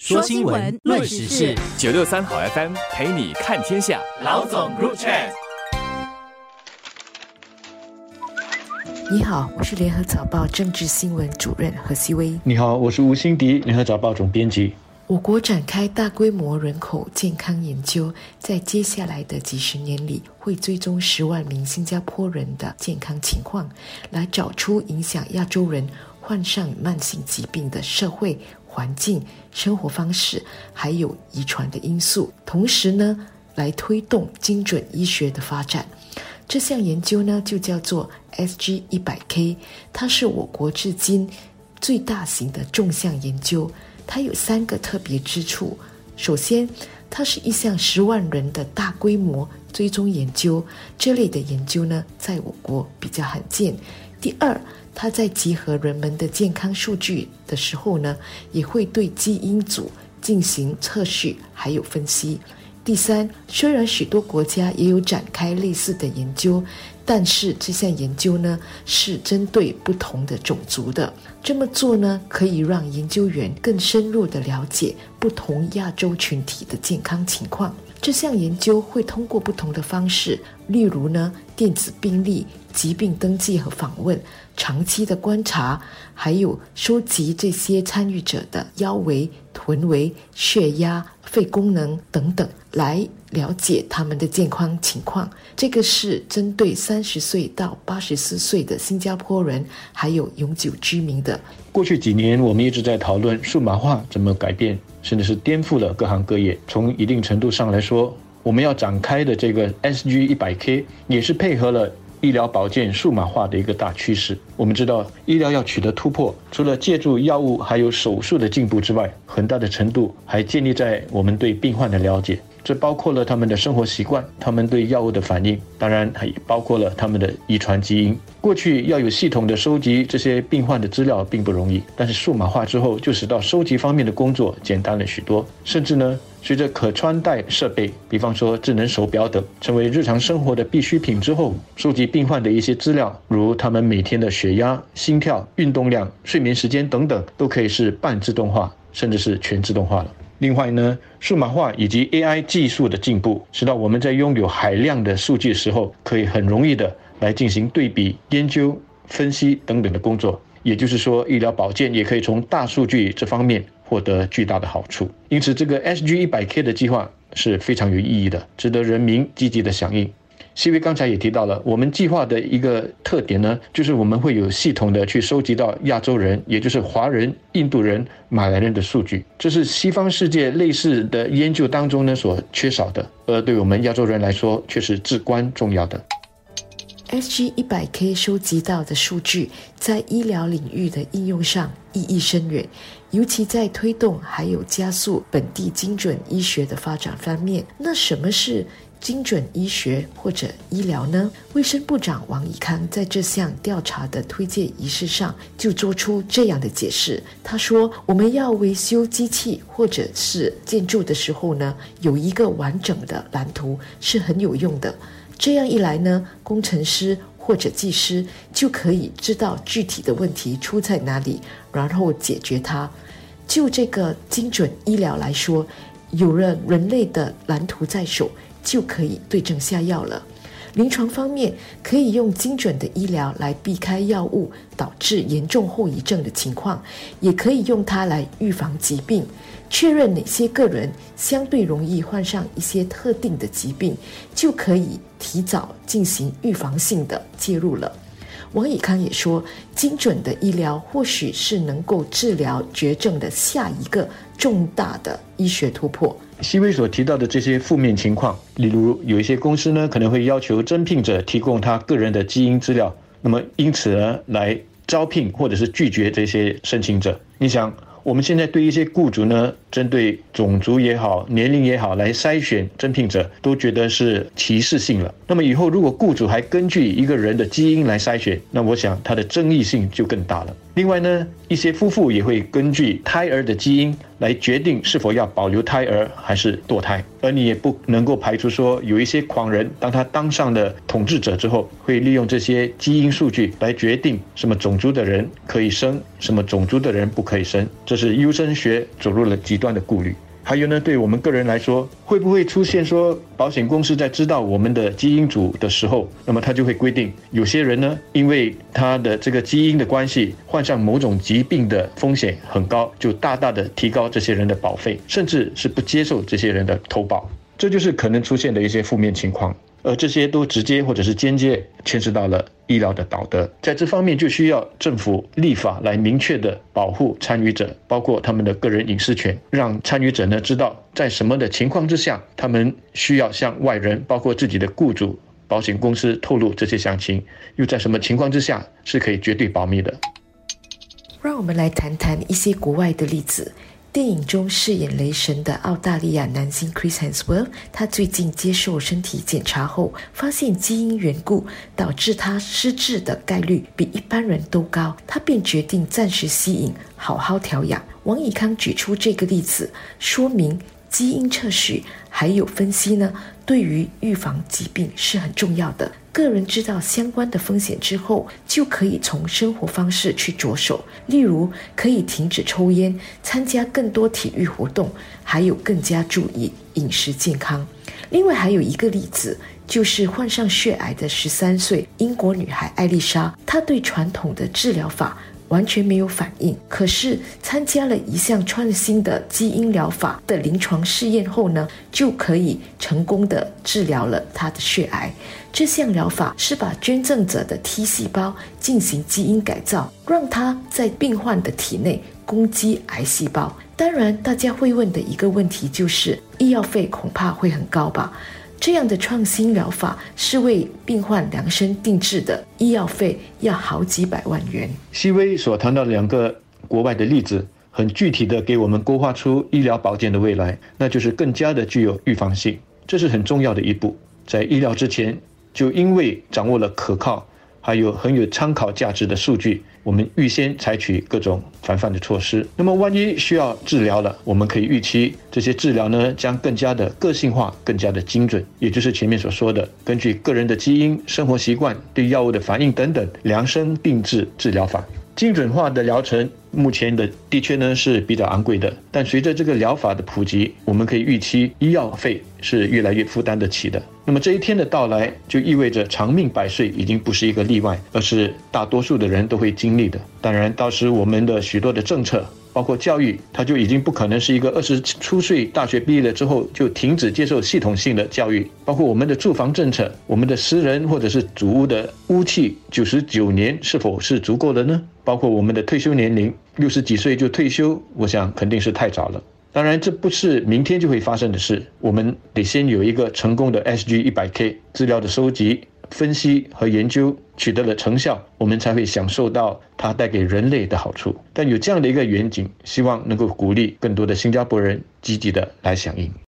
说新闻，论时事 ，963好 FM 陪你看天下。 老总 Group Chat。 你好，我是联合早报政治新闻主任何希薇。 你好，我是吴欣迪，联合早报总编辑。 我国展开大规模人口健康研究，在接下来的几十年里，会追踪10万名新加坡人的健康情况，来找出影响亚洲人患上慢性疾病的社会环境、生活方式，还有遗传的因素，同时呢，来推动精准医学的发展。这项研究呢，就叫做 SG100K， 它是我国至今最大型的纵向研究。它有3个特别之处。首先，它是一项10万人的大规模追踪研究，这类的研究呢，在我国比较罕见。第二，它在集合人们的健康数据的时候呢，也会对基因组进行测序还有分析。第三，虽然许多国家也有展开类似的研究，但是这项研究呢，是针对不同的种族的。这么做呢，可以让研究员更深入地了解不同亚洲群体的健康情况。这项研究会通过不同的方式，例如呢，电子病历、疾病登记和访问、长期的观察，还有收集这些参与者的腰围、臀围、血压、肺功能等等，来了解他们的健康情况。这个是针对30岁到84岁的新加坡人，还有永久居民的。 过去几年，我们一直在讨论数码化怎么改变，甚至是颠覆了各行各业。从一定程度上来说，我们要展开的这个 SG100K 也是配合了医疗保健数码化的一个大趋势。我们知道，医疗要取得突破，除了借助药物还有手术的进步之外，很大的程度还建立在我们对病患的了解。这包括了他们的生活习惯，他们对药物的反应，当然也包括了他们的遗传基因。过去要有系统的收集这些病患的资料并不容易，但是数码化之后，就使到收集方面的工作简单了许多。甚至呢，随着可穿戴设备，比方说智能手表等，成为日常生活的必需品之后，收集病患的一些资料，如他们每天的血压、心跳、运动量、睡眠时间等等，都可以是半自动化，甚至是全自动化了。另外呢，数码化以及 AI 技术的进步，使到我们在拥有海量的数据的时候，可以很容易的来进行对比、研究、分析等等的工作。也就是说，医疗保健也可以从大数据这方面获得巨大的好处。因此，这个 SG100K 的计划是非常有意义的，值得人民积极的响应。希薇刚才也提到了，我们计划的一个特点呢，就是我们会有系统的去收集到亚洲人，也就是华人、印度人、马来人的数据。这是西方世界类似的研究当中呢所缺少的，而对我们亚洲人来说却是至关重要的。 SG100K 收集到的数据在医疗领域的应用上意义深远，尤其在推动还有加速本地精准医学的发展方面。那什么是精准医学或者医疗呢？卫生部长王以康在这项调查的推荐仪式上就做出这样的解释。他说，我们要维修机器或者是建筑的时候呢，有一个完整的蓝图是很有用的。这样一来呢，工程师或者技师就可以知道具体的问题出在哪里，然后解决它。就这个精准医疗来说，有了人类的蓝图在手，就可以对症下药了。临床方面，可以用精准的医疗来避开药物导致严重后遗症的情况，也可以用它来预防疾病，确认哪些个人相对容易患上一些特定的疾病，就可以提早进行预防性的介入了。王以康也说，精准的医疗或许是能够治疗绝症的下一个重大的医学突破。 希薇所提到的这些负面情况，例如有一些公司呢可能会要求征聘者提供他个人的基因资料，那么因此呢来招聘或者是拒绝这些申请者。你想，我们现在对一些雇主呢，针对种族也好、年龄也好来筛选征聘者，都觉得是歧视性了。那么以后如果雇主还根据一个人的基因来筛选，那我想它的争议性就更大了。另外呢，一些夫妇也会根据胎儿的基因来决定是否要保留胎儿还是堕胎，而你也不能够排除说有一些狂人，当他当上了统治者之后，会利用这些基因数据来决定什么种族的人可以生，什么种族的人不可以生。这是优生学走入了极端。 端的顾虑。还有呢，对我们个人来说，会不会出现说保险公司在知道我们的基因组的时候，那么他就会规定有些人呢，因为他的这个基因的关系，患上某种疾病的风险很高，就大大的提高这些人的保费，甚至是不接受这些人的投保。这就是可能出现的一些负面情况，而这些都直接或者是间接牵涉到了医疗的道德。在这方面就需要政府立法来明确的保护参与者，包括他们的个人隐私权，让参与者呢知道在什么的情况之下，他们需要向外人，包括自己的雇主、保险公司透露这些详情，又在什么情况之下是可以绝对保密的。 让我们来谈谈一些国外的例子。电影中饰演雷神的澳大利亚男星 Chris Hemsworth， 他最近接受身体检查后，发现基因缘故导致他失智的概率比一般人都高，他便决定暂时吸引，好好调养。王以康举出这个例子，说明基因测序还有分析呢，对于预防疾病是很重要的。个人知道相关的风险之后，就可以从生活方式去着手，例如可以停止抽烟，参加更多体育活动，还有更加注意饮食健康。另外还有一个例子，就是患上血癌的13岁英国女孩艾丽莎，她对传统的治疗法完全没有反应，可是参加了一项创新的基因疗法的临床试验后呢，就可以成功的治疗了她的血癌。这项疗法是把捐赠者的 T 细胞进行基因改造，让它在病患的体内攻击癌细胞。当然大家会问的一个问题就是，医药费恐怕会很高吧？这样的创新疗法是为病患量身定制的，医药费要好几百万元。 西威所谈到的2个国外的例子，很具体的给我们勾画出医疗保健的未来，那就是更加的具有预防性，这是很重要的一步。在医疗之前，就因为掌握了可靠还有很有参考价值的数据，我们预先采取各种防范的措施。那么万一需要治疗了，我们可以预期这些治疗呢将更加的个性化，更加的精准，也就是前面所说的根据个人的基因、生活习惯、对药物的反应等等，量身定制治疗法。精准化的疗程目前的确呢是比较昂贵的，但随着这个疗法的普及，我们可以预期医药费是越来越负担得起的。那么这一天的到来，就意味着长命百岁已经不是一个例外，而是大多数的人都会经历的。当然到时我们的许多的政策，包括教育，它就已经不可能是一个20出岁大学毕业了之后就停止接受系统性的教育。包括我们的住房政策，我们的私人或者是主屋的屋契99年是否是足够的呢？包括我们的退休年龄60几岁就退休，我想肯定是太早了。当然这不是明天就会发生的事，我们得先有一个成功的 SG100K 资料的收集、分析和研究取得了成效，我们才会享受到它带给人类的好处。但有这样的一个远景，希望能够鼓励更多的新加坡人积极的来响应。